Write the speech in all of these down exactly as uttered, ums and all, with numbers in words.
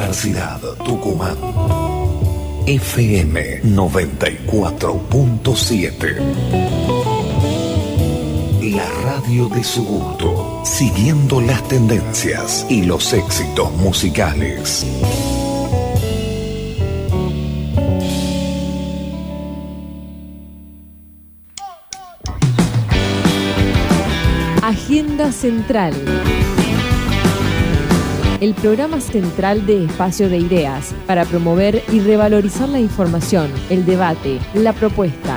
Universidad Tucumán. F M noventa y cuatro punto siete. La radio de su gusto, siguiendo las tendencias y los éxitos musicales. Agenda Central. El programa central de Espacio de Ideas para promover y revalorizar la información, el debate, la propuesta.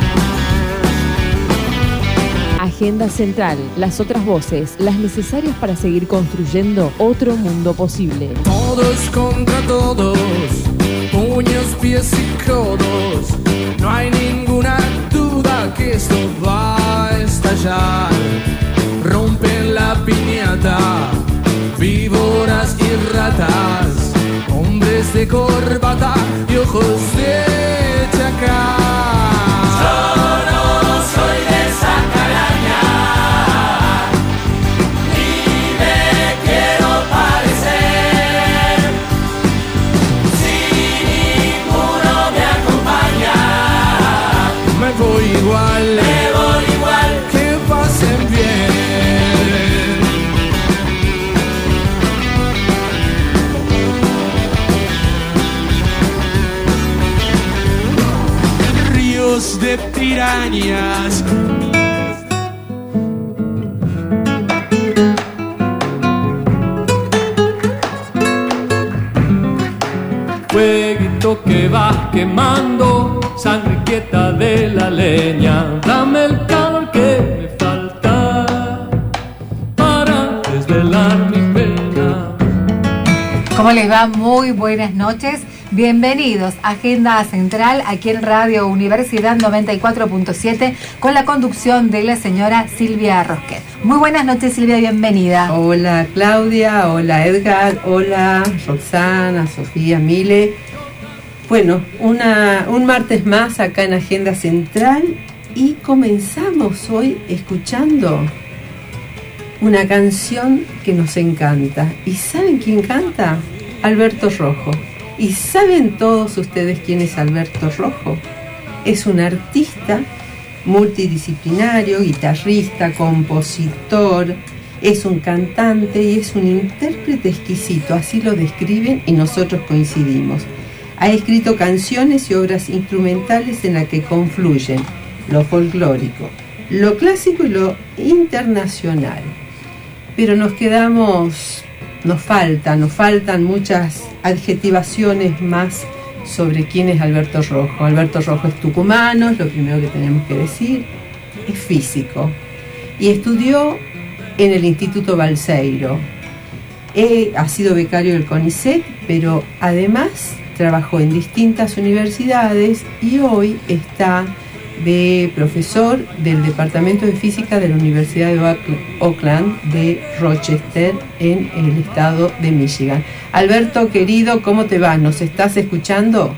Agenda Central, las otras voces, las necesarias para seguir construyendo otro mundo posible. Todos contra todos, puños, pies y codos. No hay ninguna duda que esto va a estallar. Rompen la piñata, víboras y ratas, hombres de corbata y ojos de chacal. Yo no soy de esa calaña, ni me quiero parecer. Si ninguno me acompaña, me voy igual, me voy igual, que pasen bien. De pirañas. Fueguito que va quemando, sangre quieta de la leña. Dame el calor que me falta para desvelar mi pena. ¿Cómo les va? Muy buenas noches. Bienvenidos a Agenda Central, aquí en Radio Universidad noventa y cuatro punto siete, con la conducción de la señora Silvia Rosquet. Muy buenas noches, Silvia, bienvenida. Hola, Claudia, hola, Edgar, hola, Roxana, Sofía, Mile. Bueno, una, un martes más acá en Agenda Central y comenzamos hoy escuchando una canción que nos encanta. ¿Y saben quién canta? Alberto Rojo. ¿Y saben todos ustedes quién es Alberto Rojo? Es un artista multidisciplinario, guitarrista, compositor, es un cantante y es un intérprete exquisito, así lo describen y nosotros coincidimos. Ha escrito canciones y obras instrumentales en las que confluyen lo folclórico, lo clásico y lo internacional. Pero nos quedamos... Nos falta, nos faltan muchas adjetivaciones más sobre quién es Alberto Rojo. Alberto Rojo es tucumano, es lo primero que tenemos que decir, es físico y estudió en el Instituto Balseiro. Eh, ha sido becario del CONICET, pero además trabajó en distintas universidades y hoy está de profesor del Departamento de Física de la Universidad de Oakland de Rochester en el estado de Michigan. Alberto, querido, ¿cómo te va? ¿Nos estás escuchando?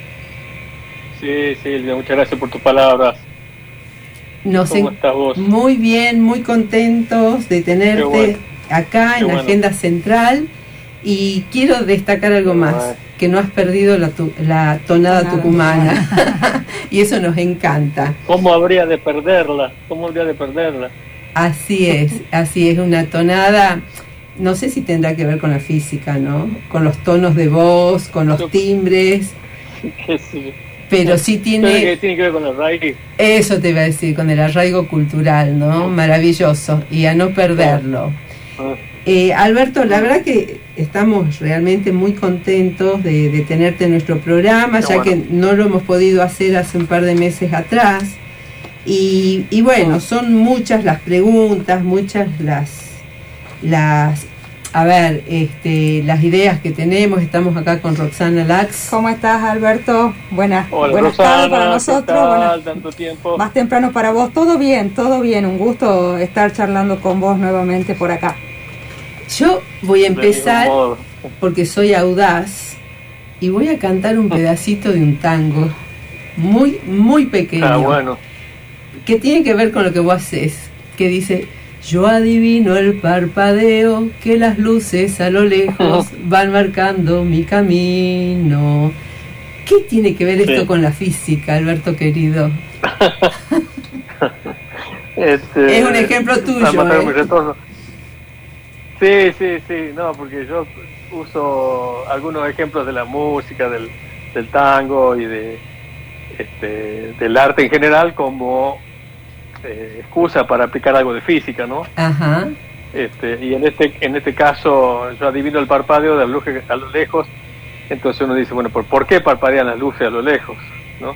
Sí, Silvia, muchas gracias por tus palabras. Nos ¿Cómo en... estás vos? Muy bien, muy contentos de tenerte bueno. acá Qué en la bueno. Agenda Central y quiero destacar algo Qué más. Bueno. Que no has perdido la, tu, la tonada Nada tucumana y eso nos encanta. ¿Cómo habría de perderla? ¿Cómo habría de perderla? Así es, así es, una tonada, no sé si tendrá que ver con la física, ¿no? Con los tonos de voz, con los timbres, sí. Pero sí tiene... Que tiene que ver con el arraigo. Eso te iba a decir, con el arraigo cultural, ¿no? Maravilloso, y a no perderlo. Ah. Eh, Alberto, la verdad que estamos realmente muy contentos de, de tenerte en nuestro programa, Qué ya bueno. que no lo hemos podido hacer hace un par de meses atrás. Y, y bueno, son muchas las preguntas, muchas las, las a ver, este, las ideas que tenemos. Estamos acá con Roxana Lax. ¿Cómo estás, Alberto? Buenas, Hola, buenas Rosana, tardes para nosotros. ¿qué tal? Buenas, Tanto tiempo. Más temprano para vos. Todo bien, todo bien. Un gusto estar charlando con vos nuevamente por acá. Yo voy a empezar porque soy audaz y voy a cantar un pedacito de un tango muy, muy pequeño. Ah, bueno. Que tiene que ver con lo que vos haces, que dice: Yo adivino el parpadeo que las luces a lo lejos van marcando mi camino. ¿Qué tiene que ver esto sí. con la física, Alberto querido? este, es un ejemplo tuyo, ¿eh? Sí, sí, sí, no, porque yo uso algunos ejemplos de la música, del, del tango y de este, del arte en general como eh, excusa para aplicar algo de física, ¿no? Ajá. Este, y en este en este caso yo adivino el parpadeo de las luces a lo lejos, entonces uno dice, bueno, ¿por, ¿por qué parpadean las luces a lo lejos, ¿no?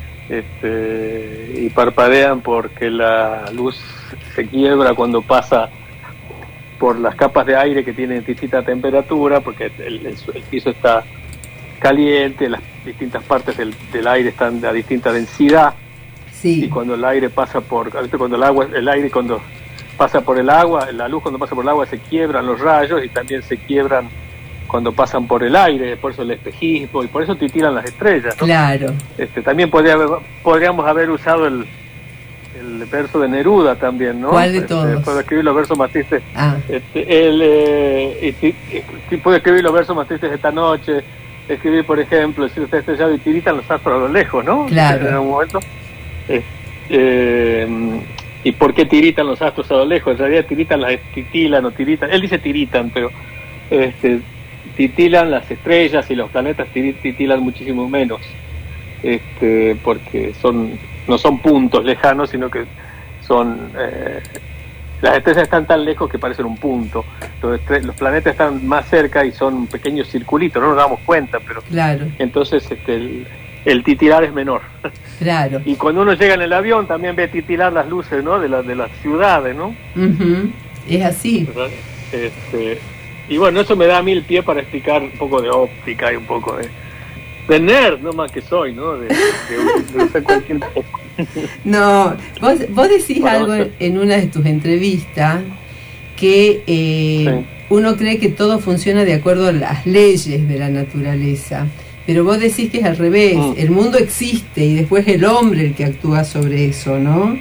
Este, y parpadean porque la luz se quiebra cuando pasa por las capas de aire que tienen distinta temperatura, porque el, el, el piso está caliente, las distintas partes del, del aire están a distinta densidad, sí. y cuando el aire pasa por, cuando el agua, el aire cuando pasa por el agua, la luz cuando pasa por el agua se quiebran los rayos y también se quiebran cuando pasan por el aire, por eso el espejismo y por eso titilan las estrellas, ¿no? Claro. Este, también podría haber, podríamos haber usado el el verso de Neruda también, ¿no? ¿Cuál de este, todos? Puedo escribir los versos más tristes. Ah. Este, el, eh, y, y, puedo escribir los versos más tristes de esta noche. Escribir, por ejemplo, si usted está estrellado y tiritan los astros a lo lejos, ¿no? Claro. En algún momento. Eh, eh, ¿Y por qué tiritan los astros a lo lejos? En realidad tiritan las titilan o tiritan. Él dice tiritan, pero este, titilan las estrellas y los planetas titilan muchísimo menos. Este, porque son no son puntos lejanos, sino que son eh, las estrellas están tan lejos que parecen un punto, los, los planetas están más cerca y son pequeños circulitos, no nos damos cuenta, pero claro. Entonces este, el, el titilar es menor. Claro. Y cuando uno llega en el avión también ve titilar las luces, ¿no? de, la, de las ciudades, ¿no? Uh-huh. Es así. Este, y bueno, eso me da a mí el pie para explicar un poco de óptica y un poco de de nerd, no más que soy, ¿no? De, de, de usar cualquier cosa. No, vos, vos decís bueno, algo no sé. en una de tus entrevistas que eh, sí. uno cree que todo funciona de acuerdo a las leyes de la naturaleza, pero vos decís que es al revés, mm. el mundo existe y después el hombre el que actúa sobre eso, ¿no?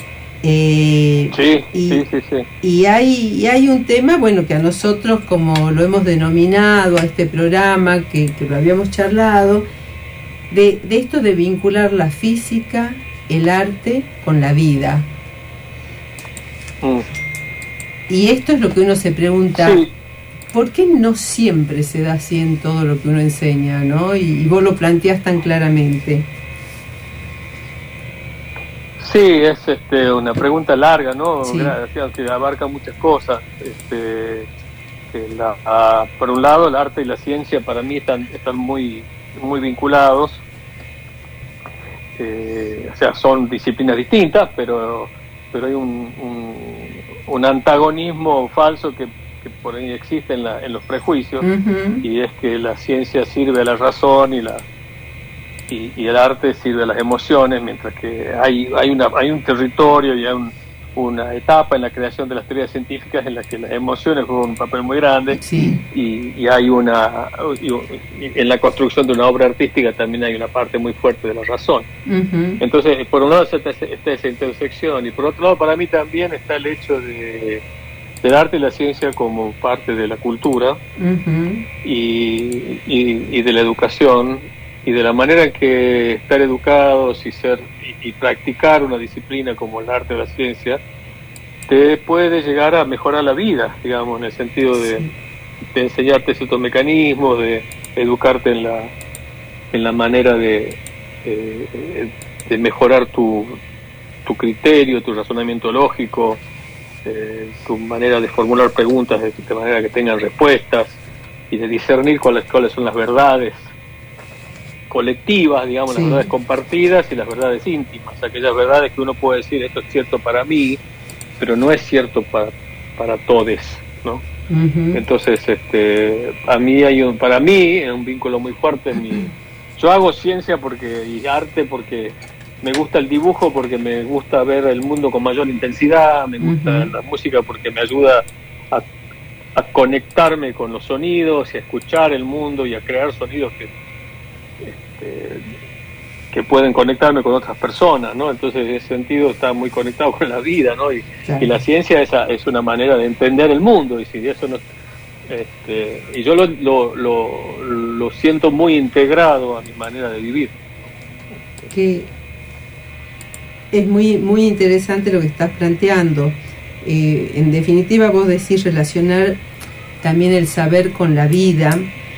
Eh, sí, y, sí, sí, sí. Y hay, y hay un tema, bueno, que a nosotros, como lo hemos denominado a este programa, que, que lo habíamos charlado, de, de esto de vincular la física, el arte con la vida. Mm. Y esto es lo que uno se pregunta, sí. ¿por qué no siempre se da así en todo lo que uno enseña, ¿no? Y, y vos lo planteás tan claramente. Sí, es este, una pregunta larga, ¿no? Sí. Que abarca muchas cosas. Este, que la, a, por un lado, el arte y la ciencia para mí están, están muy, muy vinculados. Eh, o sea, son disciplinas distintas, pero, pero hay un, un, un antagonismo falso que, que por ahí existe en, la, en los prejuicios, uh-huh. y es que la ciencia sirve a la razón y la Y, y el arte sirve a las emociones, mientras que hay hay una hay un territorio y hay un, una etapa en la creación de las teorías científicas en la que las emociones juegan un papel muy grande, sí. y, y hay una y, y en la construcción de una obra artística también hay una parte muy fuerte de la razón. Uh-huh. Entonces, por un lado está, está esa intersección, y por otro lado para mí también está el hecho de del arte y la ciencia como parte de la cultura, uh-huh. y, y, y de la educación, y de la manera en que estar educados y ser y, y practicar una disciplina como el arte o la ciencia te puede llegar a mejorar la vida, digamos, en el sentido de, sí. de enseñarte ciertos mecanismos, de educarte en la en la manera de, de, de mejorar tu, tu criterio, tu razonamiento lógico, eh, tu manera de formular preguntas de, de manera que tengan respuestas, y de discernir cuáles cuáles son las verdades colectivas, digamos, sí. las verdades compartidas y las verdades íntimas, aquellas verdades que uno puede decir esto es cierto para mí, pero no es cierto para para todos, ¿no? Uh-huh. Entonces, este, a mí hay un, para mí es un vínculo muy fuerte en mi, yo hago ciencia porque y arte porque me gusta el dibujo, porque me gusta ver el mundo con mayor intensidad, me gusta uh-huh. la música porque me ayuda a, a conectarme con los sonidos y a escuchar el mundo y a crear sonidos que Este, que pueden conectarme con otras personas, ¿no? Entonces, en ese sentido, está muy conectado con la vida, ¿no? Y, claro. y la ciencia es, es una manera de entender el mundo, y si eso no, este, y yo lo, lo, lo, lo siento muy integrado a mi manera de vivir. Que es muy, muy interesante lo que estás planteando. Eh, en definitiva, vos decís relacionar también el saber con la vida.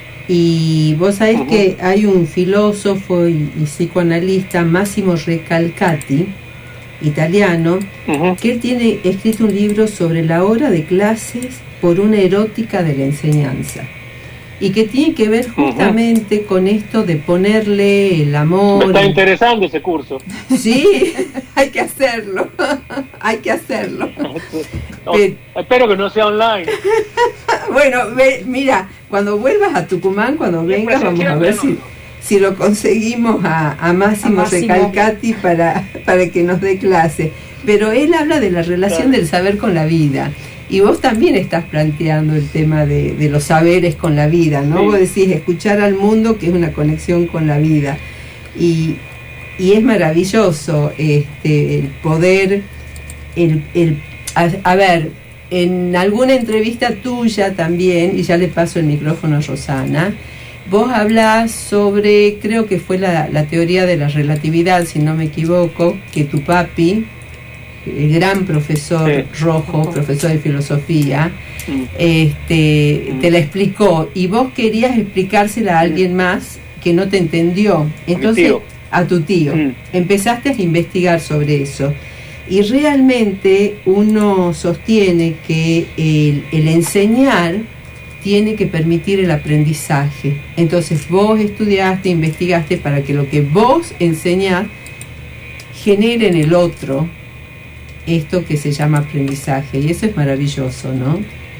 Y vos sabés uh-huh. que hay un filósofo y, y psicoanalista, Massimo Recalcati, italiano, uh-huh. que él tiene escrito un libro sobre la hora de clases por una erótica de la enseñanza, y que tiene que ver justamente uh-huh. con esto de ponerle el amor. Me está interesando ese curso. Sí, hay que hacerlo, hay que hacerlo. No, Pero, espero que no sea online. Bueno, ve, mira, cuando vuelvas a Tucumán, cuando vengas, vamos a ver si, si lo conseguimos a, a Máximo, a Máximo Recalcati para, para que nos dé clase. Pero él habla de la relación claro. del saber con la vida. Y vos también estás planteando el tema de, de los saberes con la vida, ¿no? Sí. Vos decís escuchar al mundo, que es una conexión con la vida. Y, y es maravilloso este, el poder, el, el a, a ver, en alguna entrevista tuya también, y ya le paso el micrófono a Rosana, vos hablás sobre, creo que fue la, la teoría de la relatividad, si no me equivoco, que tu papi, el gran profesor sí. Rojo, profesor de filosofía, mm. este, mm. te la explicó, y vos querías explicársela a alguien más que no te entendió. Entonces, a tu tío. Mm. Empezaste a investigar sobre eso. Y realmente uno sostiene que el, el enseñar tiene que permitir el aprendizaje. Entonces vos estudiaste, investigaste para que lo que vos enseñás genere en el otro esto que se llama aprendizaje. Y eso es maravilloso, ¿no?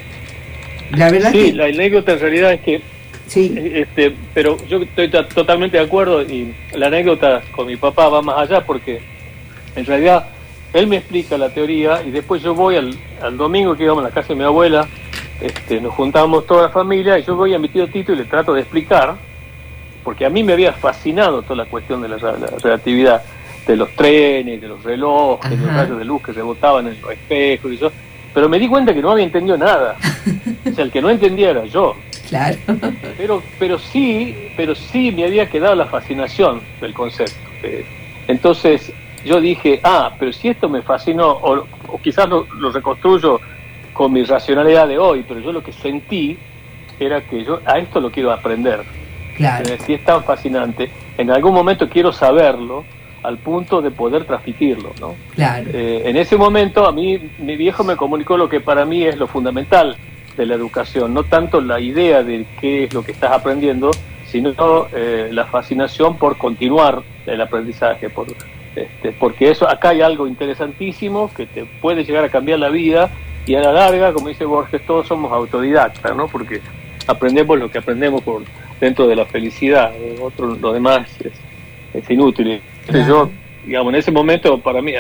La verdad sí, que... la anécdota en realidad es que sí. este, pero yo estoy t- totalmente de acuerdo, y la anécdota con mi papá va más allá, porque en realidad él me explica la teoría, y después yo voy al, al domingo que íbamos a la casa de mi abuela, este, nos juntamos toda la familia, y yo voy a mi tío Tito y le trato de explicar, porque a mí me había fascinado toda la cuestión de la, la relatividad, de los trenes, de los relojes, Ajá. de los rayos de luz que rebotaban en los espejos y eso, pero me di cuenta que no había entendido nada. O sea, el que no entendía era yo. Claro. Pero, pero sí, pero sí me había quedado la fascinación del concepto. Eh, entonces yo dije, ah, pero si esto me fascinó, o, o quizás lo, lo reconstruyo con mi racionalidad de hoy, pero yo lo que sentí era que yo a esto lo quiero aprender. Claro. Eh, si es tan fascinante, en algún momento quiero saberlo al punto de poder transmitirlo, ¿no? Claro. Eh, en ese momento a mí, mi viejo me comunicó lo que para mí es lo fundamental de la educación, no tanto la idea de qué es lo que estás aprendiendo, sino eh, la fascinación por continuar el aprendizaje, por, este, porque eso, acá hay algo interesantísimo que te puede llegar a cambiar la vida, y a la larga, como dice Borges, todos somos autodidactas, ¿no? Porque aprendemos lo que aprendemos por dentro de la felicidad, otro, lo demás es, es inútil. Entonces yo, digamos, en ese momento para mí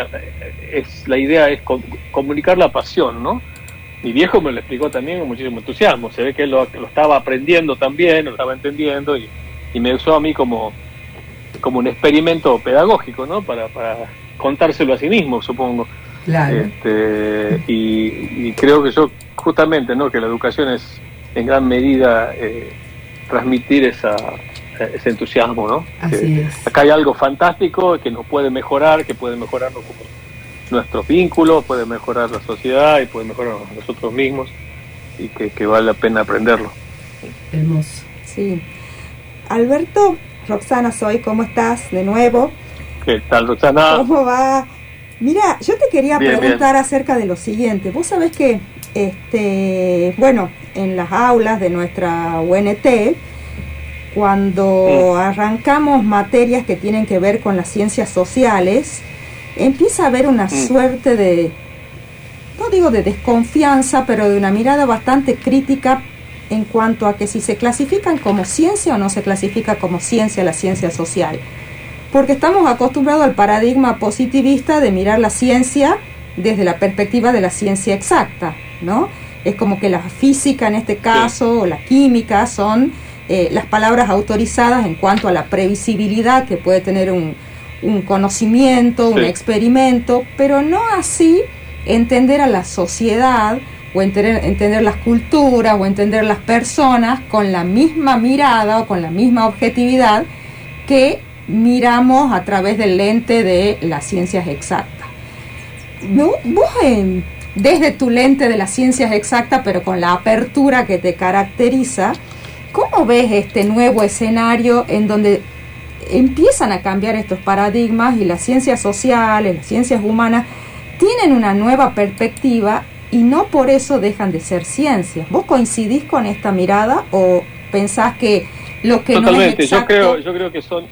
es la idea es com- comunicar la pasión, ¿no? Mi viejo me lo explicó también con muchísimo entusiasmo, se ve que él lo, lo estaba aprendiendo también, lo estaba entendiendo, y, y me usó a mí como, como un experimento pedagógico, ¿no? Para, para contárselo a sí mismo, supongo. Claro. Este, y, y creo que yo, justamente, ¿no? Que la educación es en gran medida eh, transmitir esa... ese entusiasmo, ¿no? Así que es. Acá hay algo fantástico que nos puede mejorar, que puede mejorarnos como nuestros vínculos, puede mejorar la sociedad y puede mejorar a nosotros mismos, y que, que vale la pena aprenderlo. Hermoso. Sí. Alberto, Roxana soy, ¿cómo estás de nuevo? ¿Qué tal, Roxana? ¿Cómo va? Mira, yo te quería bien, preguntar bien. acerca de lo siguiente. Vos sabés que, este, bueno, en las aulas de nuestra U N T, cuando arrancamos materias que tienen que ver con las ciencias sociales, empieza a haber una mm. suerte de, no digo de desconfianza, pero de una mirada bastante crítica en cuanto a que si se clasifican como ciencia o no se clasifica como ciencia la ciencia social. Porque estamos acostumbrados al paradigma positivista de mirar la ciencia desde la perspectiva de la ciencia exacta, ¿no? Es como que la física en este caso, sí. o la química son... eh, las palabras autorizadas en cuanto a la previsibilidad que puede tener un, un conocimiento, sí. un experimento, pero no así entender a la sociedad o entender, entender las culturas o entender las personas con la misma mirada o con la misma objetividad que miramos a través del lente de las ciencias exactas. Vos, eh, desde tu lente de las ciencias exactas, pero con la apertura que te caracteriza, ¿cómo ves este nuevo escenario en donde empiezan a cambiar estos paradigmas y las ciencias sociales, las ciencias humanas tienen una nueva perspectiva y no por eso dejan de ser ciencias? ¿Vos coincidís con esta mirada o pensás que lo que Totalmente. no es exacto... yo creo, yo creo que son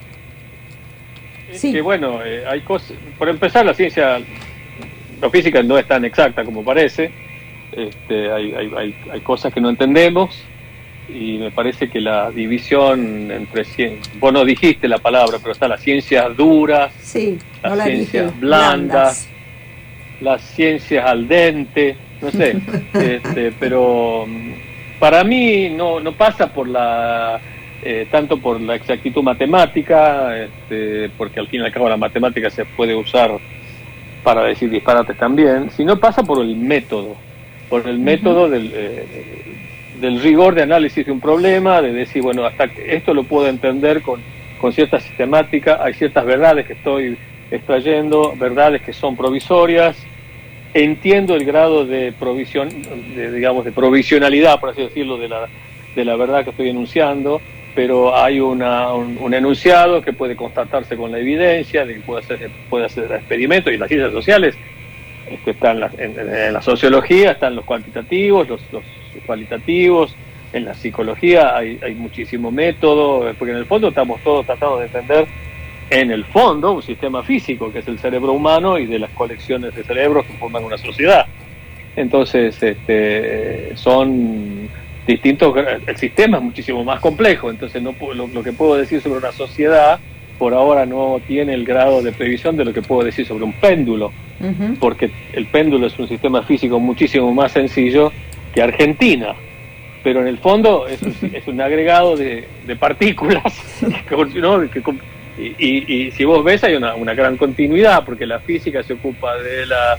sí. que bueno, eh, hay cosas, por empezar, la ciencia, la física no es tan exacta como parece, este, hay, hay, hay, hay cosas que no entendemos, y me parece que la división entre ciencias, vos no dijiste la palabra, pero está las ciencias duras, sí, las no la ciencias dije, blandas, blandas, las ciencias al dente, no sé, este, pero para mí no, no pasa por la eh, tanto por la exactitud matemática, este, porque al fin y al cabo la matemática se puede usar para decir disparates también, sino pasa por el método, por el uh-huh. método del, eh, del rigor de análisis de un problema, de decir, bueno, hasta que esto lo puedo entender con, con cierta sistemática, hay ciertas verdades que estoy extrayendo, verdades que son provisorias, entiendo el grado de provisión, de, digamos, de provisionalidad, por así decirlo, de la, de la verdad que estoy enunciando, pero hay una, un, un enunciado que puede constatarse con la evidencia, de que puede hacer, puede hacer experimentos, y las ciencias sociales este, están en la, en, en la sociología, están los cuantitativos, los, los cualitativos, en la psicología hay, hay muchísimo método, porque en el fondo estamos todos tratando de entender en el fondo un sistema físico que es el cerebro humano y de las colecciones de cerebros que forman una sociedad. Entonces este, son distintos, el sistema es muchísimo más complejo, entonces no lo, lo que puedo decir sobre una sociedad por ahora no tiene el grado de previsión de lo que puedo decir sobre un péndulo, uh-huh. porque el péndulo es un sistema físico muchísimo más sencillo que Argentina, pero en el fondo es un, es un agregado de, de partículas, ¿no? que, y, y, y si vos ves hay una, una gran continuidad, porque la física se ocupa de la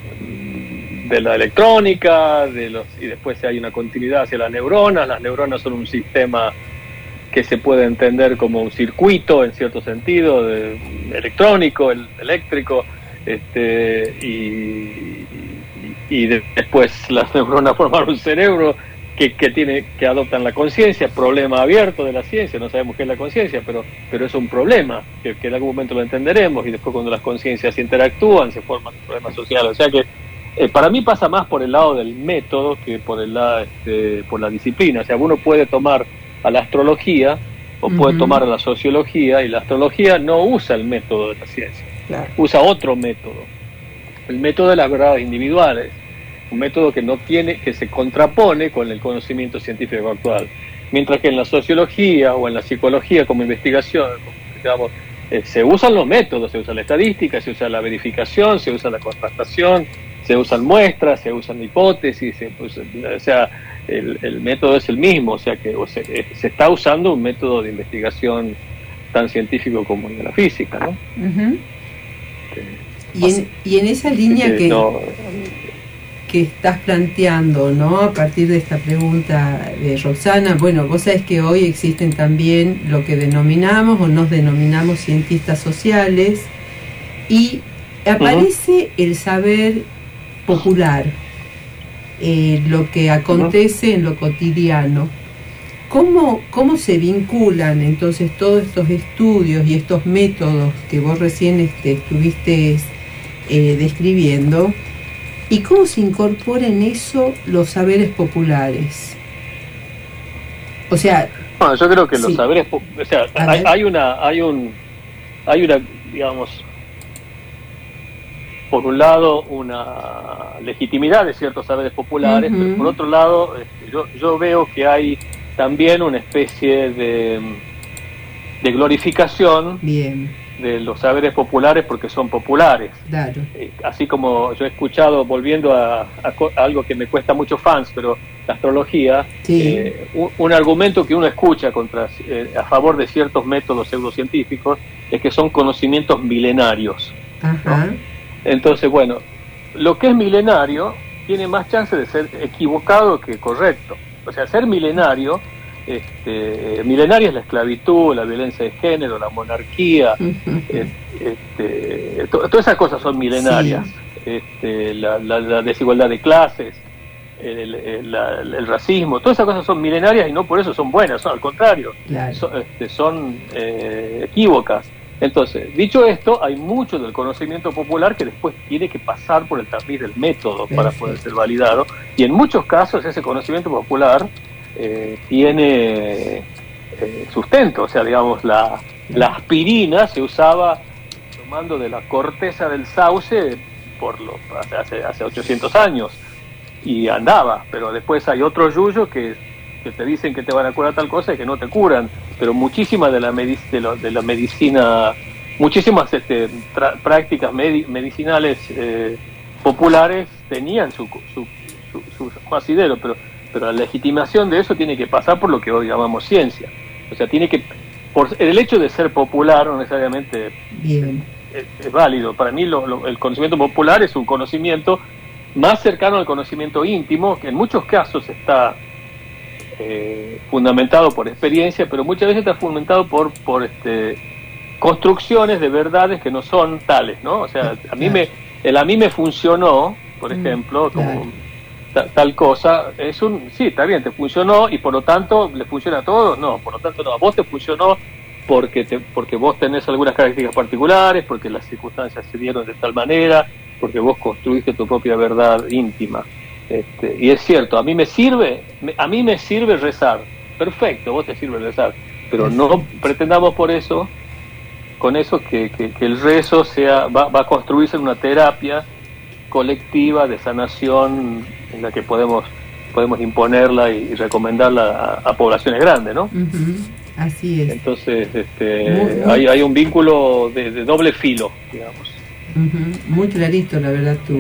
de la electrónica, de los y después hay una continuidad hacia las neuronas. Las neuronas son un sistema que se puede entender como un circuito en cierto sentido, de, electrónico, el, eléctrico, este y, y, y de, después las neuronas forman un cerebro que, que tiene que adoptan la conciencia, problema abierto de la ciencia, no sabemos qué es la conciencia, pero pero es un problema que, que en algún momento lo entenderemos, y después cuando las conciencias interactúan se forman problemas sociales, o sea que Eh, para mí pasa más por el lado del método que por el lado, este, por la disciplina. O sea, uno puede tomar a la astrología o puede uh-huh. tomar a la sociología, y la astrología no usa el método de la ciencia, claro. usa otro método, el método de las verdades individuales, un método que no tiene, que se contrapone con el conocimiento científico actual. Mientras que en la sociología o en la psicología como investigación, digamos, eh, se usan los métodos, se usa la estadística, se usa la verificación, se usa la contrastación, se usan muestras, se usan hipótesis, se, pues, o sea, el, el método es el mismo, o sea que o se, se está usando un método de investigación tan científico como el de la física, ¿no? Uh-huh. Que, y, en, y en esa línea que, que, no, que estás planteando, ¿no? A partir de esta pregunta de Roxana, bueno, vos sabés que hoy existen también lo que denominamos o nos denominamos cientistas sociales, y aparece uh-huh. el saber popular, eh, lo que acontece en lo cotidiano. ¿Cómo, ¿Cómo se vinculan entonces todos estos estudios y estos métodos que vos recién este, estuviste eh, describiendo, y cómo se incorpora en eso los saberes populares? O sea, bueno, yo creo que los sí. saberes, o sea, hay, hay una, hay un, hay una, digamos, por un lado una legitimidad de ciertos saberes populares, uh-huh. pero por otro lado este, yo, yo veo que hay también una especie de, de glorificación Bien. de los saberes populares porque son populares. Claro. Eh, así como yo he escuchado, volviendo a, a, a algo que me cuesta mucho fans, pero la astrología, sí. eh, un, un argumento que uno escucha contra, eh, a favor de ciertos métodos pseudocientíficos es que son conocimientos milenarios. Ajá. ¿no? Entonces, bueno, lo que es milenario tiene más chance de ser equivocado que correcto. O sea, ser milenario, este, milenaria es la esclavitud, la violencia de género, la monarquía, este, to, todas esas cosas son milenarias. Sí. Este, la, la, la desigualdad de clases, el, el, la, el racismo, todas esas cosas son milenarias y no por eso son buenas, son al contrario, claro. son, este, son eh, equívocas. Entonces, dicho esto, hay mucho del conocimiento popular que después tiene que pasar por el tapiz del método para poder ser validado, y en muchos casos ese conocimiento popular eh, tiene eh, sustento. O sea, digamos, la, la aspirina se usaba tomando de la corteza del sauce por lo, hace, hace ochocientos años y andaba, pero después hay otros yuyos que, que te dicen que te van a curar tal cosa y que no te curan, pero muchísimas de la, medic, de, lo, de la medicina, muchísimas este, tra, prácticas medi, medicinales eh, populares tenían su, su, su, su asidero, pero, pero la legitimación de eso tiene que pasar por lo que hoy llamamos ciencia. O sea, tiene que, por el hecho de ser popular no necesariamente Bien. Es, es válido. Para mí lo, lo, el conocimiento popular es un conocimiento más cercano al conocimiento íntimo, que en muchos casos está eh, fundamentado por experiencia, pero muchas veces está fundamentado por por este construcciones de verdades que no son tales, ¿no? O sea, a mí me el a mí me funcionó, por ejemplo, como ta, tal cosa, es un sí, está bien, te funcionó y por lo tanto le funciona a todos, no, por lo tanto no, a vos te funcionó porque te, porque vos tenés algunas características particulares, porque las circunstancias se dieron de tal manera, porque vos construiste tu propia verdad íntima. Este, y es cierto, a mí me sirve, me, a mí me sirve rezar, perfecto, vos te sirve rezar, pero no pretendamos por eso, con eso que, que, que el rezo sea va, va a construirse en una terapia colectiva de sanación en la que podemos podemos imponerla y, y recomendarla a, a poblaciones grandes, ¿no? Uh-huh. Así es. Entonces, este, muy, muy... Hay, hay un vínculo de, de doble filo, digamos. Uh-huh. Muy clarito, la verdad, tu,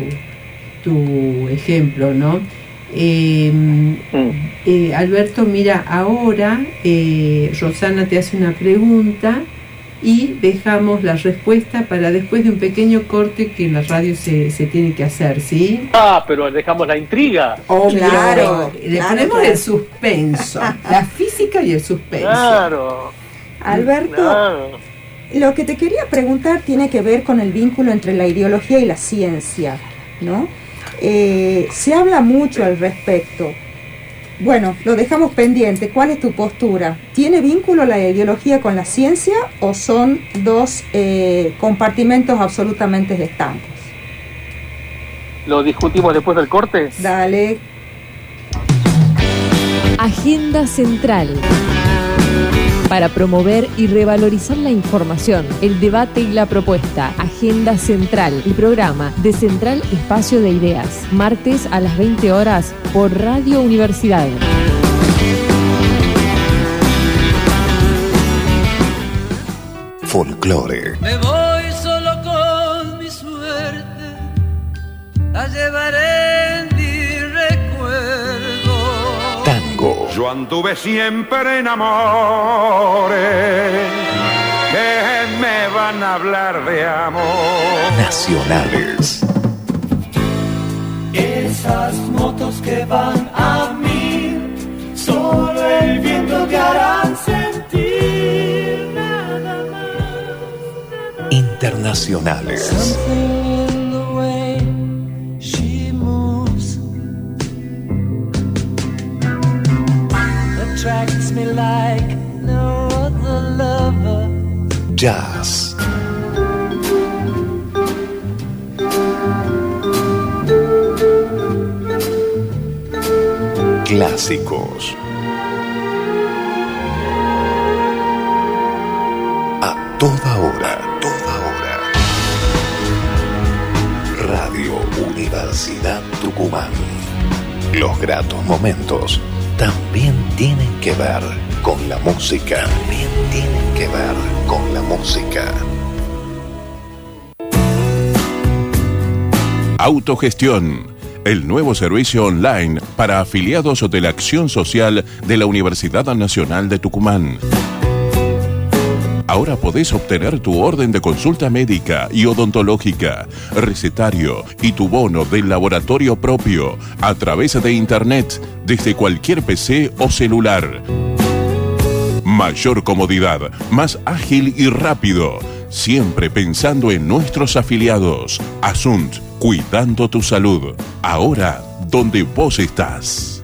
tu ejemplo, ¿no? Eh, mm. eh, Alberto, mira, ahora eh, Rosana te hace una pregunta y dejamos la respuesta para después de un pequeño corte que en la radio se, se tiene que hacer, ¿sí? Ah, pero dejamos la intriga. Oh, claro, le claro, ponemos claro. el suspenso, la física y el suspenso. Claro. Alberto, claro. Lo que te quería preguntar tiene que ver con el vínculo entre la ideología y la ciencia, ¿no? Eh, se habla mucho al respecto. Bueno, lo dejamos pendiente. ¿Cuál es tu postura? ¿Tiene vínculo la ideología con la ciencia o son dos eh, compartimentos absolutamente estancos? ¿Lo discutimos después del corte? Dale. Agenda Central. Para promover y revalorizar la información, el debate y la propuesta. Agenda Central, el programa de Central Espacio de Ideas. Martes a las veinte horas por Radio Universidad. Folclore. Me voy solo con mi suerte, la llevaré en mi recuerdo. Tango. Yo anduve siempre en amores que me van a hablar de amor. Nacionales. Esas motos que van a mil, solo el viento te harán sentir nada más. Internacionales. Attracts me like no other lover. Jazz. Clásicos. A toda hora, a toda hora. Radio Universidad Tucumán. Los gratos momentos también tienen que ver con la música. También tienen que ver con la música. Autogestión. el nuevo servicio online para afiliados de la Acción Social de la Universidad Nacional de Tucumán. Ahora podés obtener tu orden de consulta médica y odontológica, recetario y tu bono del laboratorio propio a través de internet desde cualquier P C o celular. Mayor comodidad, más ágil y rápido, siempre pensando en nuestros afiliados. Asunt, cuidando tu salud, ahora donde vos estás.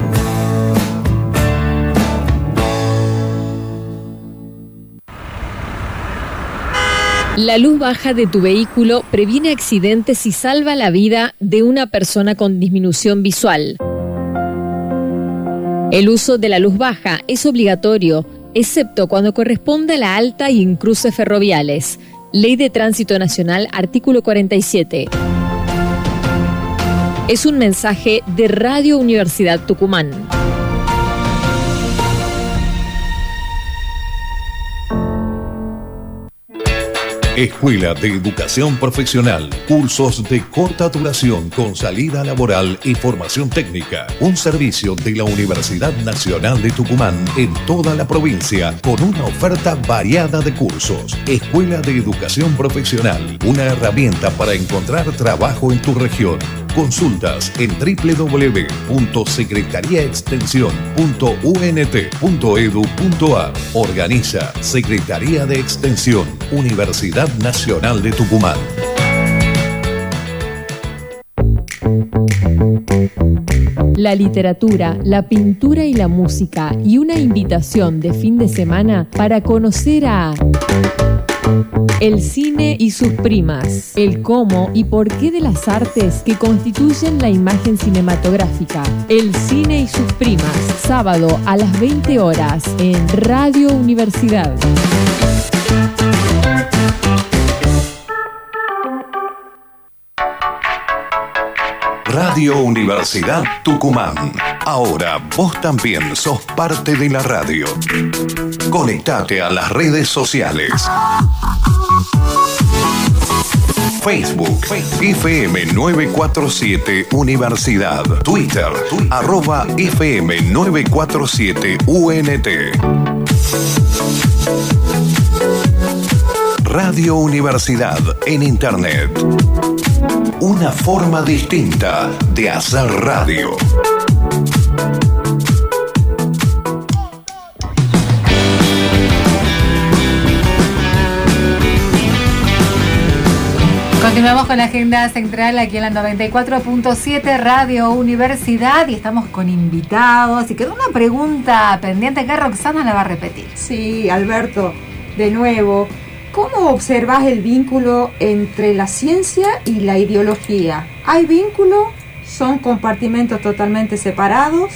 La luz baja de tu vehículo previene accidentes y salva la vida de una persona con disminución visual. El uso de la luz baja es obligatorio, excepto cuando corresponde a la alta y en cruces ferroviales. Ley de Tránsito Nacional, artículo cuarenta y siete. Es un mensaje de Radio Universidad Tucumán. Escuela de Educación Profesional. Cursos de corta duración con salida laboral y formación técnica. Un servicio de la Universidad Nacional de Tucumán en toda la provincia con una oferta variada de cursos. Escuela de Educación Profesional. Una herramienta para encontrar trabajo en tu región. Consultas en doble u doble u doble u punto secretaría extensión punto u n t punto e d u punto a r. Organiza Secretaría de Extensión, Universidad Nacional de Tucumán. La literatura, la pintura y la música y una invitación de fin de semana para conocer a el cine y sus primas, el cómo y por qué de las artes que constituyen la imagen cinematográfica. El cine y sus primas, sábado a las veinte horas en Radio Universidad. Radio Universidad Tucumán. Ahora vos también sos parte de la radio. Conectate a las redes sociales. Facebook, F M nueve cuatro siete Universidad. Twitter, arroba F M nueve cuatro siete U N T. Radio Universidad en Internet. Una forma distinta de hacer radio. Continuamos con la agenda central aquí en la noventa y cuatro punto siete Radio Universidad y estamos con invitados. Y quedó una pregunta pendiente que Roxana la va a repetir. Sí, Alberto, de nuevo. ¿Cómo observás el vínculo entre la ciencia y la ideología? ¿Hay vínculo? ¿Son compartimentos totalmente separados?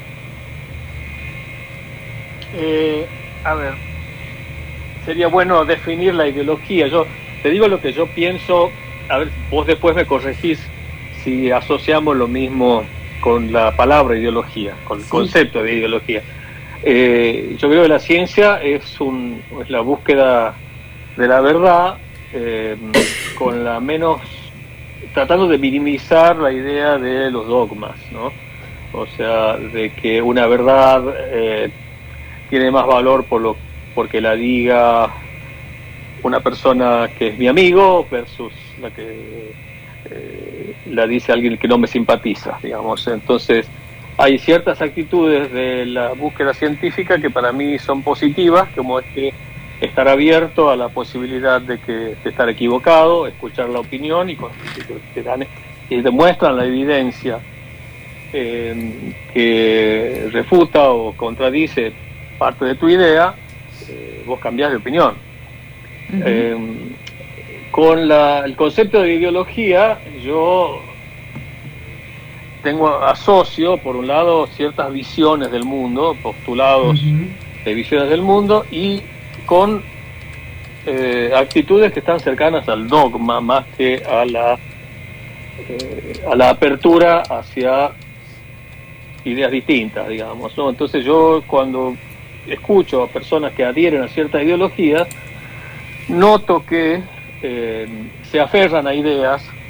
Eh, a ver, sería bueno definir la ideología. Yo te digo lo que yo pienso, a ver, vos después me corregís si asociamos lo mismo con la palabra ideología, con el sí. concepto de ideología. Eh, yo creo que la ciencia es, un, es la búsqueda de la verdad, eh, con la menos, tratando de minimizar la idea de los dogmas, ¿no? O sea, de que una verdad eh, tiene más valor por lo porque la diga una persona que es mi amigo versus la que eh, la dice alguien que no me simpatiza, digamos. Entonces, hay ciertas actitudes de la búsqueda científica que para mí son positivas, como es que estar abierto a la posibilidad de que de estar equivocado, escuchar la opinión y, te dan, y demuestran la evidencia eh, que refuta o contradice parte de tu idea, eh, vos cambiás de opinión. Uh-huh. Eh, con la, el concepto de ideología, yo tengo asocio, por un lado, ciertas visiones del mundo, postulados uh-huh. de visiones del mundo, y con eh, actitudes que están cercanas al dogma más que a la eh, a la apertura hacia ideas distintas, digamos, ¿no? Entonces yo cuando escucho a personas que adhieren a ciertas ideologías, noto que eh, se aferran a ideas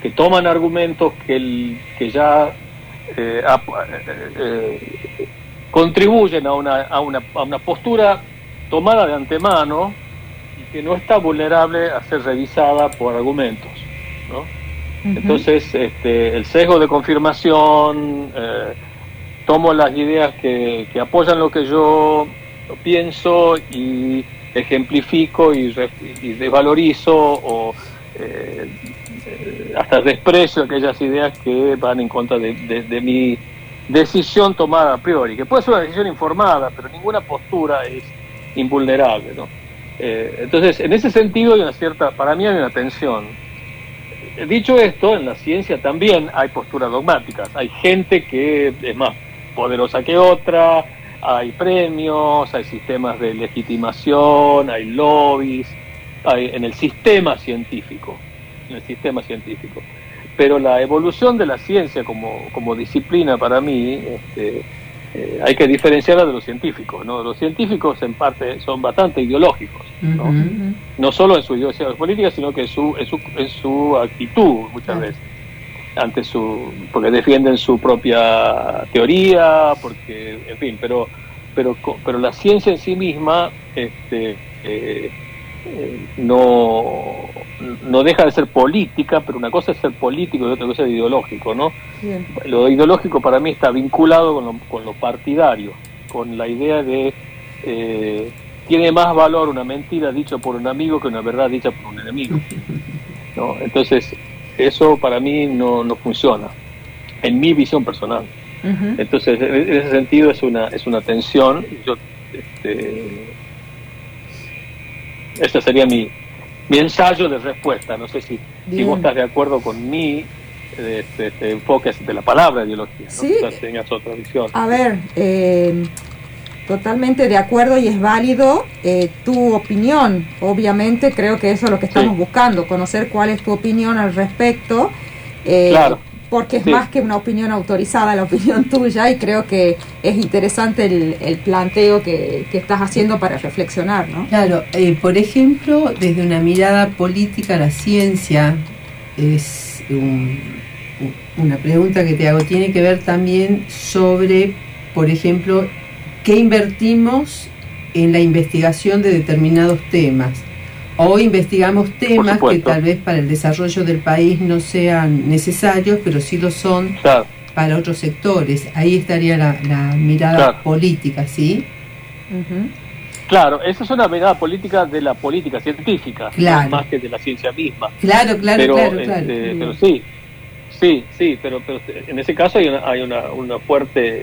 que toman argumentos que, el, que ya eh, a, eh, contribuyen a una, a, una, a una postura tomada de antemano y que no está vulnerable a ser revisada por argumentos, ¿no? Uh-huh. Entonces, este, el sesgo de confirmación, eh, tomo las ideas que, que apoyan lo que yo pienso y ejemplifico y, re, y desvalorizo o eh, hasta desprecio aquellas ideas que van en contra de, de, de mi decisión tomada a priori, que puede ser una decisión informada, pero ninguna postura es invulnerable, ¿no? Eh, entonces, en ese sentido hay una cierta, para mí hay una tensión. Dicho esto, en la ciencia también hay posturas dogmáticas, hay gente que es más poderosa que otra, hay premios, hay sistemas de legitimación, hay lobbies, hay en el sistema científico, en el sistema científico. Pero la evolución de la ciencia como, como disciplina para mí, este, eh, hay que diferenciarla de los científicos, ¿no? Los científicos en parte son bastante ideológicos, ¿no? Uh-huh. No solo en su ideología política, sino que en su, en su, en su actitud muchas uh-huh. veces. Ante su, porque defienden su propia teoría, porque, en fin, pero pero pero la ciencia en sí misma este, eh, eh, no no deja de ser política, pero una cosa es ser político y otra cosa es ideológico, ¿no? Bien. Lo ideológico para mí está vinculado con lo, con lo partidario, con la idea de eh, tiene más valor una mentira dicha por un amigo que una verdad dicha por un enemigo, ¿no? Entonces eso para mí no, no funciona, en mi visión personal. Uh-huh. Entonces, en ese sentido es una es una tensión. Yo, este, ese sería mi, mi ensayo de respuesta. No sé si, si vos estás de acuerdo con mi este, este enfoque de la palabra ideología, ¿no? Sí. Quizás tengas otra visión. A ver, eh, totalmente de acuerdo y es válido eh, tu opinión. Obviamente creo que eso es lo que estamos sí. buscando, conocer cuál es tu opinión al respecto, eh, claro. porque es sí. más que una opinión autorizada la opinión tuya, y creo que es interesante el, el planteo que, que estás haciendo para reflexionar, ¿no? Claro, eh, por ejemplo, desde una mirada política, la ciencia es un, una pregunta que te hago, tiene que ver también sobre, por ejemplo, ¿qué invertimos en la investigación de determinados temas? O investigamos temas que tal vez para el desarrollo del país no sean necesarios, pero sí lo son claro. para otros sectores. Ahí estaría la, la mirada claro. política, ¿sí? Uh-huh. Claro, esa es una mirada política de la política científica, claro. más que de la ciencia misma. Claro, claro, pero, claro, este, claro. Pero sí, sí, sí, pero, pero en ese caso hay una, hay una, una fuerte...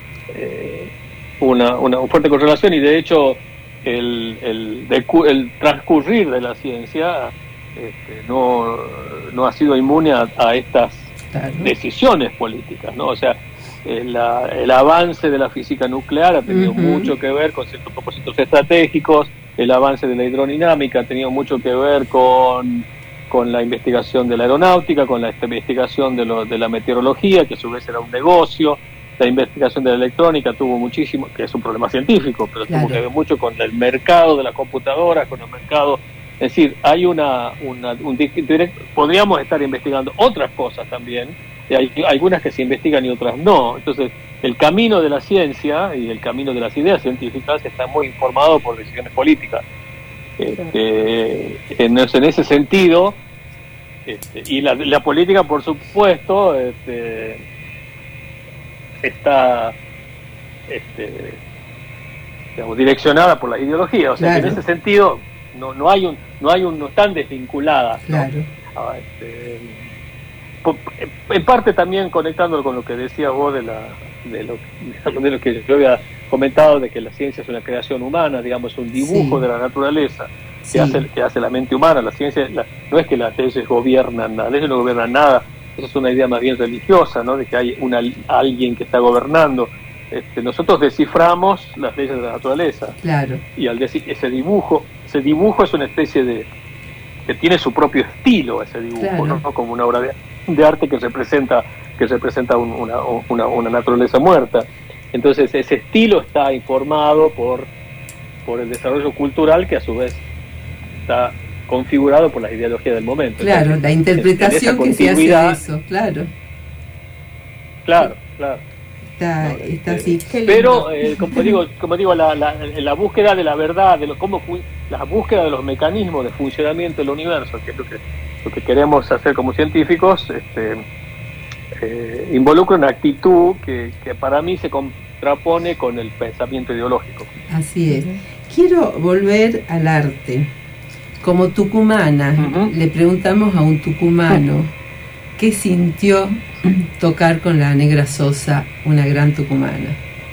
Eh, Una, una fuerte correlación, y de hecho el, el, el transcurrir de la ciencia este, no, no ha sido inmune a, a estas claro. decisiones políticas, ¿no? O sea, el, el avance de la física nuclear ha tenido uh-huh. mucho que ver con ciertos propósitos estratégicos, el avance de la hidrodinámica ha tenido mucho que ver con, con la investigación de la aeronáutica, con la investigación de, lo, de la meteorología, que a su vez era un negocio. La investigación de la electrónica tuvo muchísimo, que es un problema científico, pero claro. tuvo que ver mucho con el mercado de la computadora, con el mercado, es decir, hay una, una un direct, podríamos estar investigando otras cosas también, y hay algunas que se investigan y otras no. Entonces, el camino de la ciencia y el camino de las ideas científicas está muy informado por decisiones políticas. Este, en, en ese sentido, este, y la, la política, por supuesto, este, está este, digamos, direccionada por la ideología, o sea, claro. que en ese sentido no no hay un no hay un no están desvinculadas, ¿no? Claro. Ah, este, por, en parte también conectándolo con lo que decías vos de la de lo, de lo que yo había comentado, de que la ciencia es una creación humana, digamos, un dibujo sí. de la naturaleza que sí. hace que hace la mente humana. La ciencia la, no es que las leyes gobiernan, las leyes no gobiernan nada. Esa es una idea más bien religiosa, ¿no? De que hay una, alguien que está gobernando. Este, nosotros desciframos las leyes de la naturaleza. Claro. Y al decir ese dibujo, ese dibujo es una especie de que tiene su propio estilo, ese dibujo, claro. ¿no? Como una obra de, de arte que representa que representa un, una, una, una naturaleza muerta. Entonces ese estilo está informado por por el desarrollo cultural, que a su vez está configurado por las ideologías del momento. Claro, entonces, la interpretación que se hace de eso, claro. Claro, claro. Está, no, está este, así. Pero, eh, como digo, como digo la, la, la búsqueda de la verdad, de lo, cómo la búsqueda de los mecanismos de funcionamiento del universo, que es lo que, lo que queremos hacer como científicos, este, eh, involucra una actitud que, que para mí se contrapone con el pensamiento ideológico. Así es. Quiero volver al arte. Como tucumana, uh-huh. le preguntamos a un tucumano qué sintió tocar con la Negra Sosa, una gran tucumana.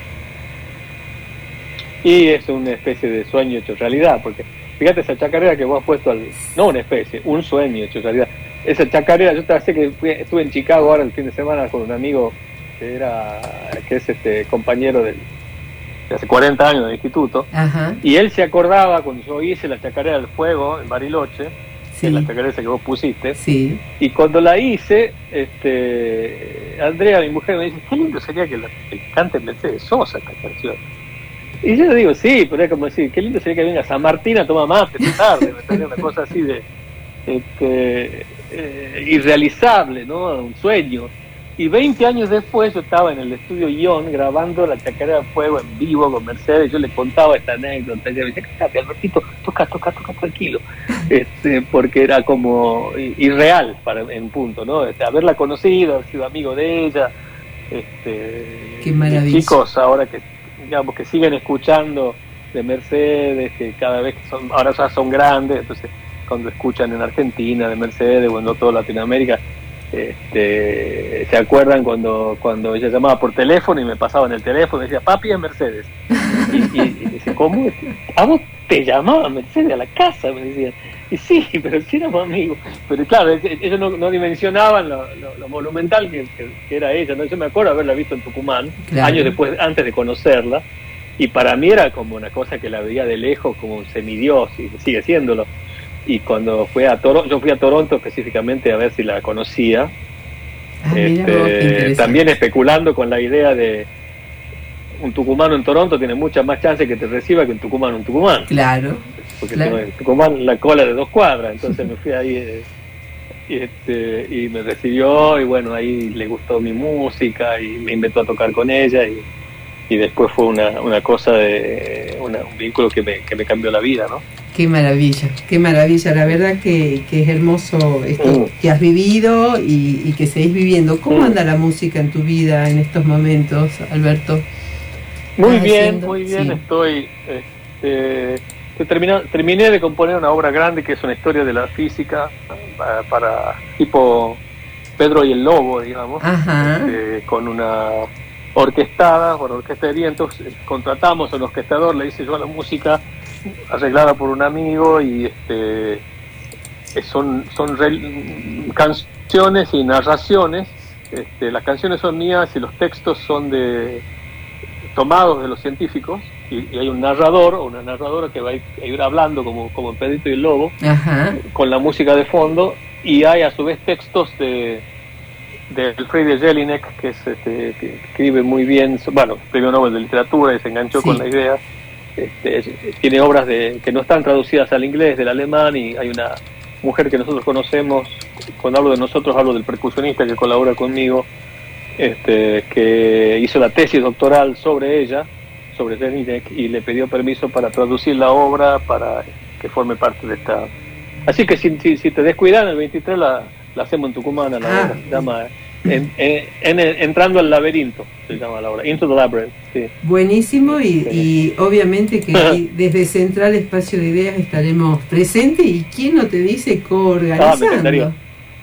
Y es una especie de sueño hecho realidad, porque fíjate esa chacarera que vos has puesto al... No una especie, un sueño hecho realidad. Esa chacarera, yo te sé que fui, estuve en Chicago ahora el fin de semana con un amigo que era que es este compañero del, de hace cuarenta años del instituto. Ajá. Y él se acordaba cuando yo hice la chacarera del fuego en Bariloche, sí. que es la chacarera que vos pusiste, sí. y cuando la hice, este Andrea, mi mujer, me dice, qué lindo sería que, la, que cante Mercedes Sosa esta canción. Y yo le digo, sí, pero es como decir, qué lindo sería que venga San Martín a tomar mate esta tarde, me salió una cosa así de este, eh, irrealizable, ¿no? Un sueño. Y veinte años después yo estaba en el estudio Ion grabando la chacarera de fuego en vivo con Mercedes. Yo le contaba esta anécdota. Ella me decía, cállate, Albertito, toca, toca, toca tranquilo. Este, porque era como irreal para, en punto, ¿no? Este, haberla conocido, haber sido amigo de ella. Este, Qué maravilla. Chicos ahora que, digamos, que siguen escuchando de Mercedes, que cada vez que son, ahora ya son grandes, entonces cuando escuchan en Argentina de Mercedes o en toda Latinoamérica, Este, se acuerdan cuando cuando ella llamaba por teléfono y me pasaba en el teléfono y decía, papi, es Mercedes. Y, y, y dice, ¿cómo? ¿A vos te llamaba Mercedes a la casa? Me decían. Y sí, pero sí éramos amigos. Pero claro, ellos no, no dimensionaban lo, lo, lo monumental que, que, que era ella, ¿no? Yo me acuerdo haberla visto en Tucumán, claro. años después, antes de conocerla, y para mí era como una cosa que la veía de lejos como un semidios, y sigue siéndolo. Y cuando fue a Toronto, yo fui a Toronto específicamente a ver si la conocía, ah, este, vos, también especulando con la idea de un tucumano en Toronto tiene mucha más chance que te reciba que un tucumano en Tucumán. Claro. Porque claro. en Tucumán la cola de dos cuadras, entonces me fui ahí eh, y, este, y me recibió y bueno, ahí le gustó mi música y me invitó a tocar con ella y, y después fue una, una cosa de una, un vínculo que me, que me cambió la vida, ¿no? Qué maravilla, qué maravilla, la verdad que, que es hermoso esto mm. que has vivido y, y que seguís viviendo. ¿Cómo mm. anda la música en tu vida en estos momentos, Alberto? Muy bien, haciendo? muy bien, sí. estoy, este, estoy termina, terminé de componer una obra grande que es una historia de la física para, para tipo Pedro y el Lobo, digamos, este, con una orquestada, con orquesta de vientos, contratamos a un orquestador, le hice yo la música arreglada por un amigo y este son son re, canciones y narraciones. Este, las canciones son mías y los textos son de tomados de los científicos y, y hay un narrador o una narradora que va a ir, a ir hablando como como Pedrito y el Lobo. Ajá. Con la música de fondo y hay a su vez textos de de Friedrich Jelinek, que es este, que escribe muy bien, bueno, premio Nobel de literatura y se enganchó sí. con la idea. Este, es, tiene obras de que no están traducidas al inglés, del alemán, y hay una mujer que nosotros conocemos, cuando hablo de nosotros hablo del percusionista que colabora conmigo, este, que hizo la tesis doctoral sobre ella, sobre Jelinek, y le pidió permiso para traducir la obra para que forme parte de esta. Así que si, si, si te descuidan, el veintitrés la, la hacemos en Tucumán, la ah. obra se llama en, en, en, Entrando al laberinto, se llama la obra, Into the Labyrinth. Sí. Buenísimo, y, y obviamente que desde Central Espacio de Ideas estaremos presentes, y quién no te dice coorganizando. Ah, me encantaría.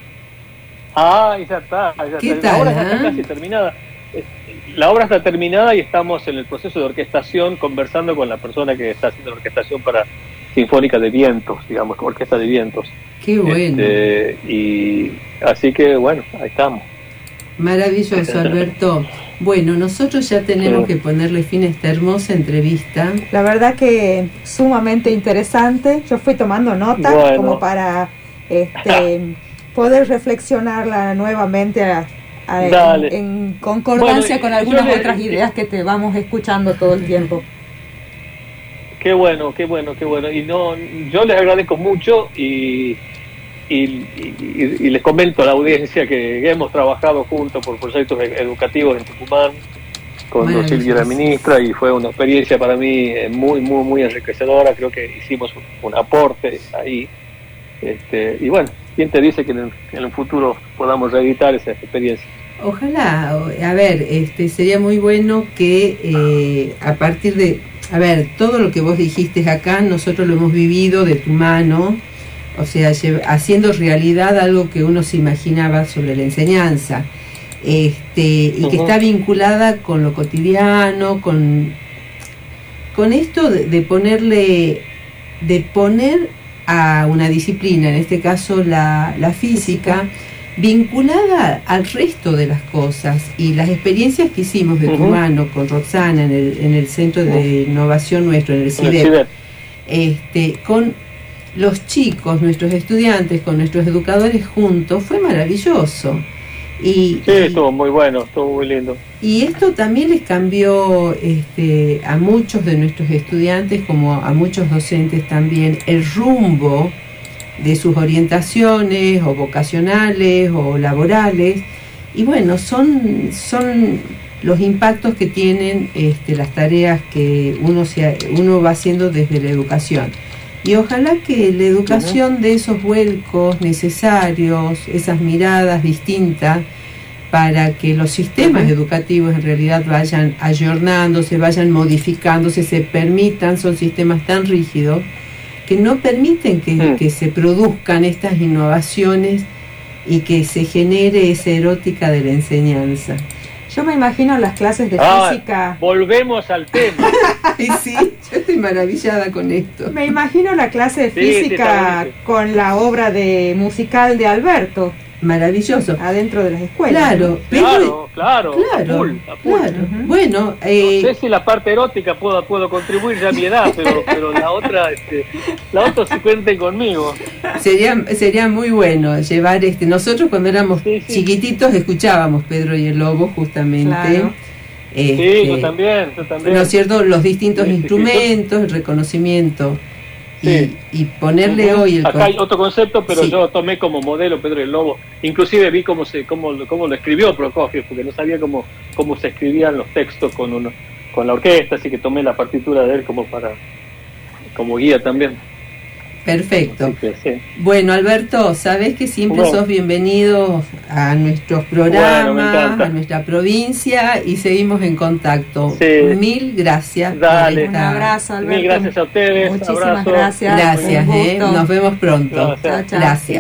Ah, ya está, ya ¿Qué está. Tal, La obra ¿eh? ya está casi terminada. La obra está terminada y estamos en el proceso de orquestación, conversando con la persona que está haciendo la orquestación para Sinfónica de Vientos, digamos, orquesta de vientos. Qué bueno. Este, y así que bueno, ahí estamos. Maravilloso, Alberto. Bueno, nosotros ya tenemos que ponerle fin a esta hermosa entrevista. La verdad que sumamente interesante. Yo fui tomando nota bueno. como para este, poder reflexionarla nuevamente a, a, en, en concordancia bueno, con algunas otras le, ideas que te vamos escuchando todo el tiempo. Qué bueno, qué bueno, qué bueno. Y no, yo les agradezco mucho y, y, y, y les comento a la audiencia que hemos trabajado juntos por proyectos educativos en Tucumán con Don Silvio, la ministra, y fue una experiencia para mí muy, muy, muy enriquecedora. Creo que hicimos un, un aporte ahí. Este, y bueno, ¿quién te dice que en el, en el futuro podamos reeditar esa experiencia? Ojalá, a ver, este sería muy bueno que eh, a partir de, a ver, todo lo que vos dijiste acá, nosotros lo hemos vivido de tu mano, o sea, haciendo realidad algo que uno se imaginaba sobre la enseñanza, este y uh-huh. que está vinculada con lo cotidiano, con, con esto de, de ponerle, de poner a una disciplina, en este caso la, la física, vinculada al resto de las cosas, y las experiencias que hicimos de uh-huh. tu mano con Roxana en el, en el centro uh-huh. de innovación nuestro, en el CIDEP, este, con los chicos, nuestros estudiantes, con nuestros educadores juntos, fue maravilloso. Y, sí, estuvo muy bueno, estuvo muy lindo. Y esto también les cambió este, a muchos de nuestros estudiantes, como a muchos docentes también, el rumbo de sus orientaciones o vocacionales o laborales. Y bueno, son, son los impactos que tienen este, las tareas que uno, se, uno va haciendo desde la educación. Y ojalá que la educación dé esos vuelcos necesarios, esas miradas distintas, para que los sistemas uh-huh. educativos en realidad vayan ayornándose, vayan modificándose, se permitan, son sistemas tan rígidos que no permiten que, uh-huh. que se produzcan estas innovaciones y que se genere esa erótica de la enseñanza. Yo me imagino las clases de ah, física. Volvemos al tema. Y sí, yo estoy maravillada con esto. Me imagino la clase de física sí, sí, con la obra de musical de Alberto. Maravilloso. Adentro de las escuelas. Claro, ¿no? Pero, claro, claro, claro, a full, a full. claro. Uh-huh. Bueno, eh, no sé si la parte erótica puedo puedo contribuir ya a mi edad, pero pero la otra, este, la otra se cuenten conmigo. Sería sería muy bueno llevar este. Nosotros cuando éramos sí, sí. chiquititos escuchábamos Pedro y el Lobo justamente. Claro. Este, sí, yo también, yo también. ¿No es cierto? Los distintos sí, instrumentos, sí, el reconocimiento. Sí. Y, y ponerle uh-huh. hoy el acá hay otro concepto, pero sí. yo tomé como modelo Pedro y el Lobo. Inclusive vi cómo se cómo, cómo lo escribió Prokofiev, porque no sabía cómo cómo se escribían los textos con uno con la orquesta, así que tomé la partitura de él como para como guía también. Perfecto. Que, sí. Bueno, Alberto, sabés que siempre bueno. sos bienvenido a nuestros programas, bueno, a nuestra provincia, y seguimos en contacto. Sí. Mil gracias. Dale. Por esta... Un abrazo, Alberto. Mil gracias a ustedes. Muchísimas abrazo. gracias. Gracias, eh. Nos vemos pronto. Gracias. Chao, chao. Gracias.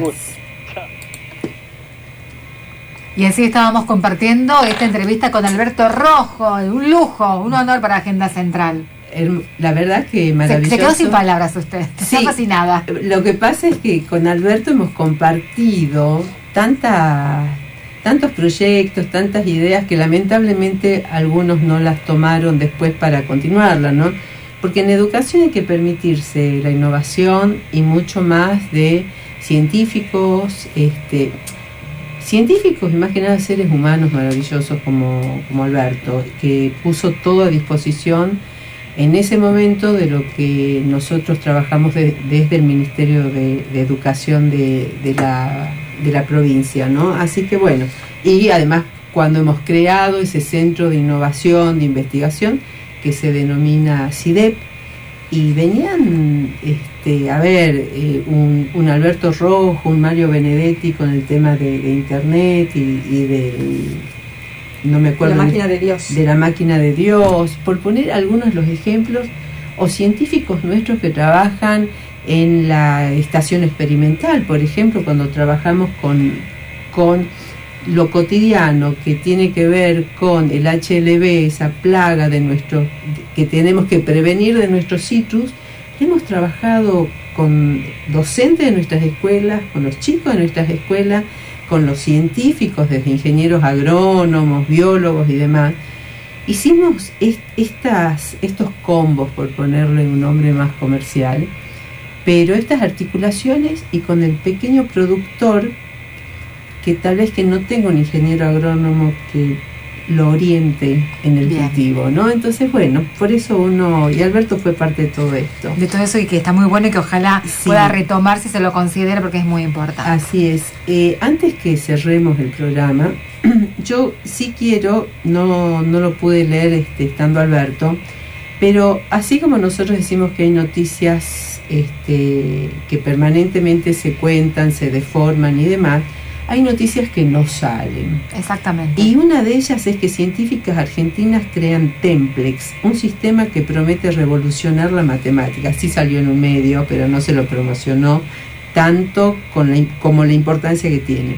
Y así estábamos compartiendo esta entrevista con Alberto Rojo, un lujo, un honor para Agenda Central. El, la verdad que maravilloso. Se, se quedó sin palabras usted, sí, está fascinada. Lo que pasa es que con Alberto hemos compartido tanta, tantos proyectos, tantas ideas que lamentablemente algunos no las tomaron después para continuarla, ¿no? Porque en educación hay que permitirse la innovación y mucho más de científicos, este, científicos y más que nada seres humanos maravillosos como, como Alberto, que puso todo a disposición en ese momento de lo que nosotros trabajamos de, desde el Ministerio de, de Educación de, de, la, de la provincia, ¿no? Así que bueno, y además cuando hemos creado ese centro de innovación, de investigación, que se denomina CIDEP, y venían este, a ver eh, un, un Alberto Rojo, un Mario Benedetti con el tema de, de Internet y, y del... no me acuerdo, la máquina de Dios. De la máquina de Dios, por poner algunos de los ejemplos, o científicos nuestros que trabajan en la estación experimental, por ejemplo, cuando trabajamos con, con lo cotidiano que tiene que ver con el H L V, esa plaga de nuestro, que tenemos que prevenir de nuestros citrus. Hemos trabajado con docentes de nuestras escuelas, con los chicos de nuestras escuelas, con los científicos, desde ingenieros agrónomos, biólogos y demás. Hicimos est- estas, estos combos, por ponerle un nombre más comercial, pero estas articulaciones, y con el pequeño productor, que tal vez que no tenga un ingeniero agrónomo que lo oriente en el Bien. cultivo, ¿no? Entonces, bueno, por eso uno, y Alberto fue parte de todo esto. De todo eso, y que está muy bueno y que ojalá Sí. pueda retomar si se lo considera, porque es muy importante. Así es. Eh, antes que cerremos el programa, yo sí quiero, no, no lo pude leer este, estando Alberto, pero así como nosotros decimos que hay noticias este, que permanentemente se cuentan, se deforman y demás, hay noticias que no salen. Exactamente. Y una de ellas es que científicas argentinas crean Templex, un sistema que promete revolucionar la matemática. Sí salió en un medio, pero no se lo promocionó tanto con la, como la importancia que tiene.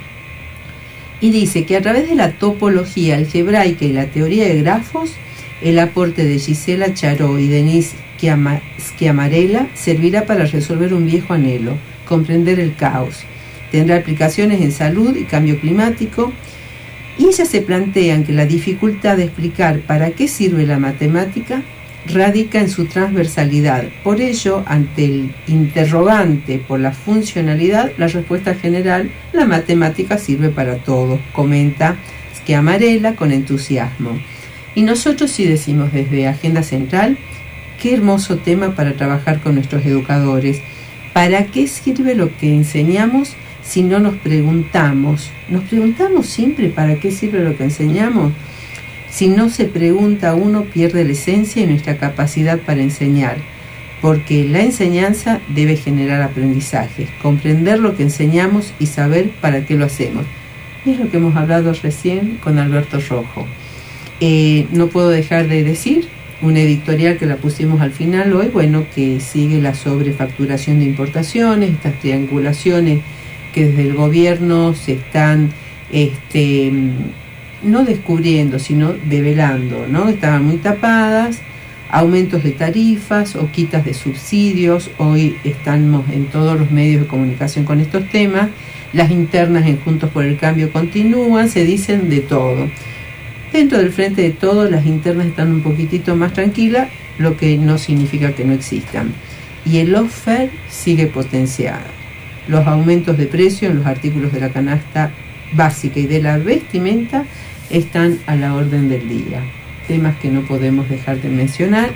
Y dice que a través de la topología algebraica y la teoría de grafos, el aporte de Gisela Charó y Denise Schiama- Schiamarella servirá para resolver un viejo anhelo, comprender el caos. Tendrá aplicaciones en salud y cambio climático, y ellas se plantean que la dificultad de explicar para qué sirve la matemática radica en su transversalidad. Por ello, ante el interrogante por la funcionalidad, la respuesta general: la matemática sirve para todo, comenta Schiamarella con entusiasmo. Y nosotros sí decimos desde Agenda Central: qué hermoso tema para trabajar con nuestros educadores. ¿Para qué sirve lo que enseñamos si no nos preguntamos? ¿Nos preguntamos siempre para qué sirve lo que enseñamos? Si no se pregunta uno, pierde la esencia y nuestra capacidad para enseñar, porque la enseñanza debe generar aprendizajes, comprender lo que enseñamos y saber para qué lo hacemos. Y es lo que hemos hablado recién con Alberto Rojo. Eh, no puedo dejar de decir una editorial que la pusimos al final hoy, bueno, que sigue la sobrefacturación de importaciones, estas triangulaciones que desde el gobierno se están este, no descubriendo, sino develando, ¿no? Estaban muy tapadas, aumentos de tarifas o quitas de subsidios. Hoy estamos en todos los medios de comunicación con estos temas. Las internas en Juntos por el Cambio continúan, se dicen de todo. Dentro del Frente de Todos, las internas están un poquitito más tranquilas, lo que no significa que no existan. Y el lawfare sigue potenciado. Los aumentos de precio en los artículos de la canasta básica y de la vestimenta están a la orden del día. Temas que no podemos dejar de mencionar.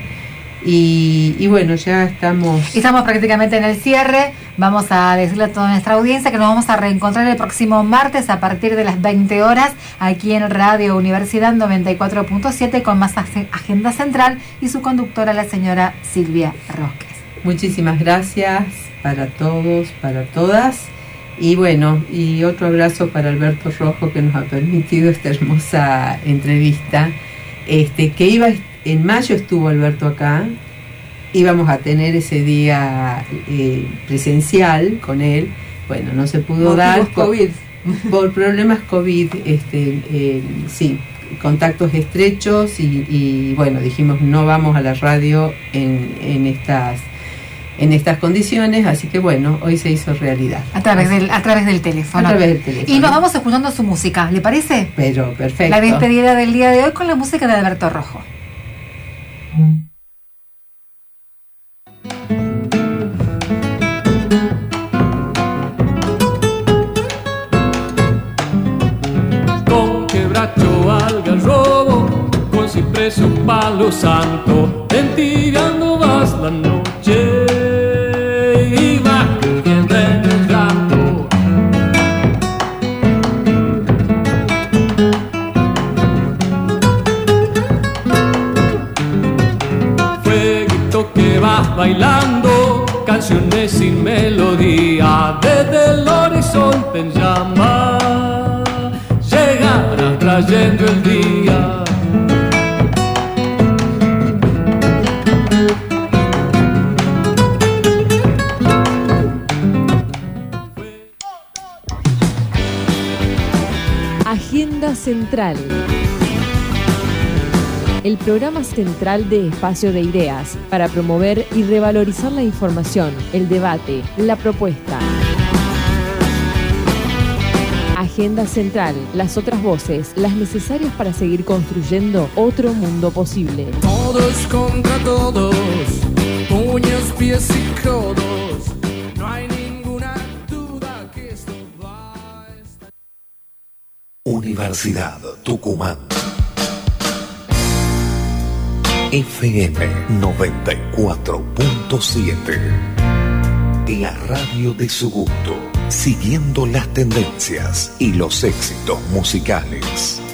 Y, y bueno, ya estamos... Estamos prácticamente en el cierre. Vamos a decirle a toda nuestra audiencia que nos vamos a reencontrar el próximo martes a partir de las veinte horas aquí en Radio Universidad noventa y cuatro punto siete con más Agenda Central y su conductora, la señora Silvia Rosques. Muchísimas gracias para todos, para todas. Y bueno, y otro abrazo para Alberto Rojo, que nos ha permitido esta hermosa entrevista. Este, que iba en mayo estuvo Alberto acá, íbamos a tener ese día eh, presencial con él. Bueno, no se pudo Motivos dar por, COVID. por problemas COVID, este, eh, sí, contactos estrechos y, y bueno, dijimos no vamos a la radio en, en estas en estas condiciones, así que bueno, hoy se hizo realidad. A través del, a través del teléfono. A través del teléfono. Y nos vamos escuchando su música, ¿le parece? Pero perfecto. La despedida del día de hoy con la música de Alberto Rojo. Con quebracho, algarrobo, con cipreso, palo santo, ventilando vas la noche y va cayendo en el campo. Fueguito que vas bailando, canciones sin melodía, desde el horizonte en llama, llegará trayendo el día. Agenda Central. El programa central de Espacio de Ideas para promover y revalorizar la información, el debate, la propuesta. Agenda Central, las otras voces, las necesarias para seguir construyendo otro mundo posible. Todos contra todos, puños, pies y codos, no hay ninguna duda que esto va a estar. Universidad Tucumán. F M noventa y cuatro punto siete. La radio de su gusto, siguiendo las tendencias y los éxitos musicales.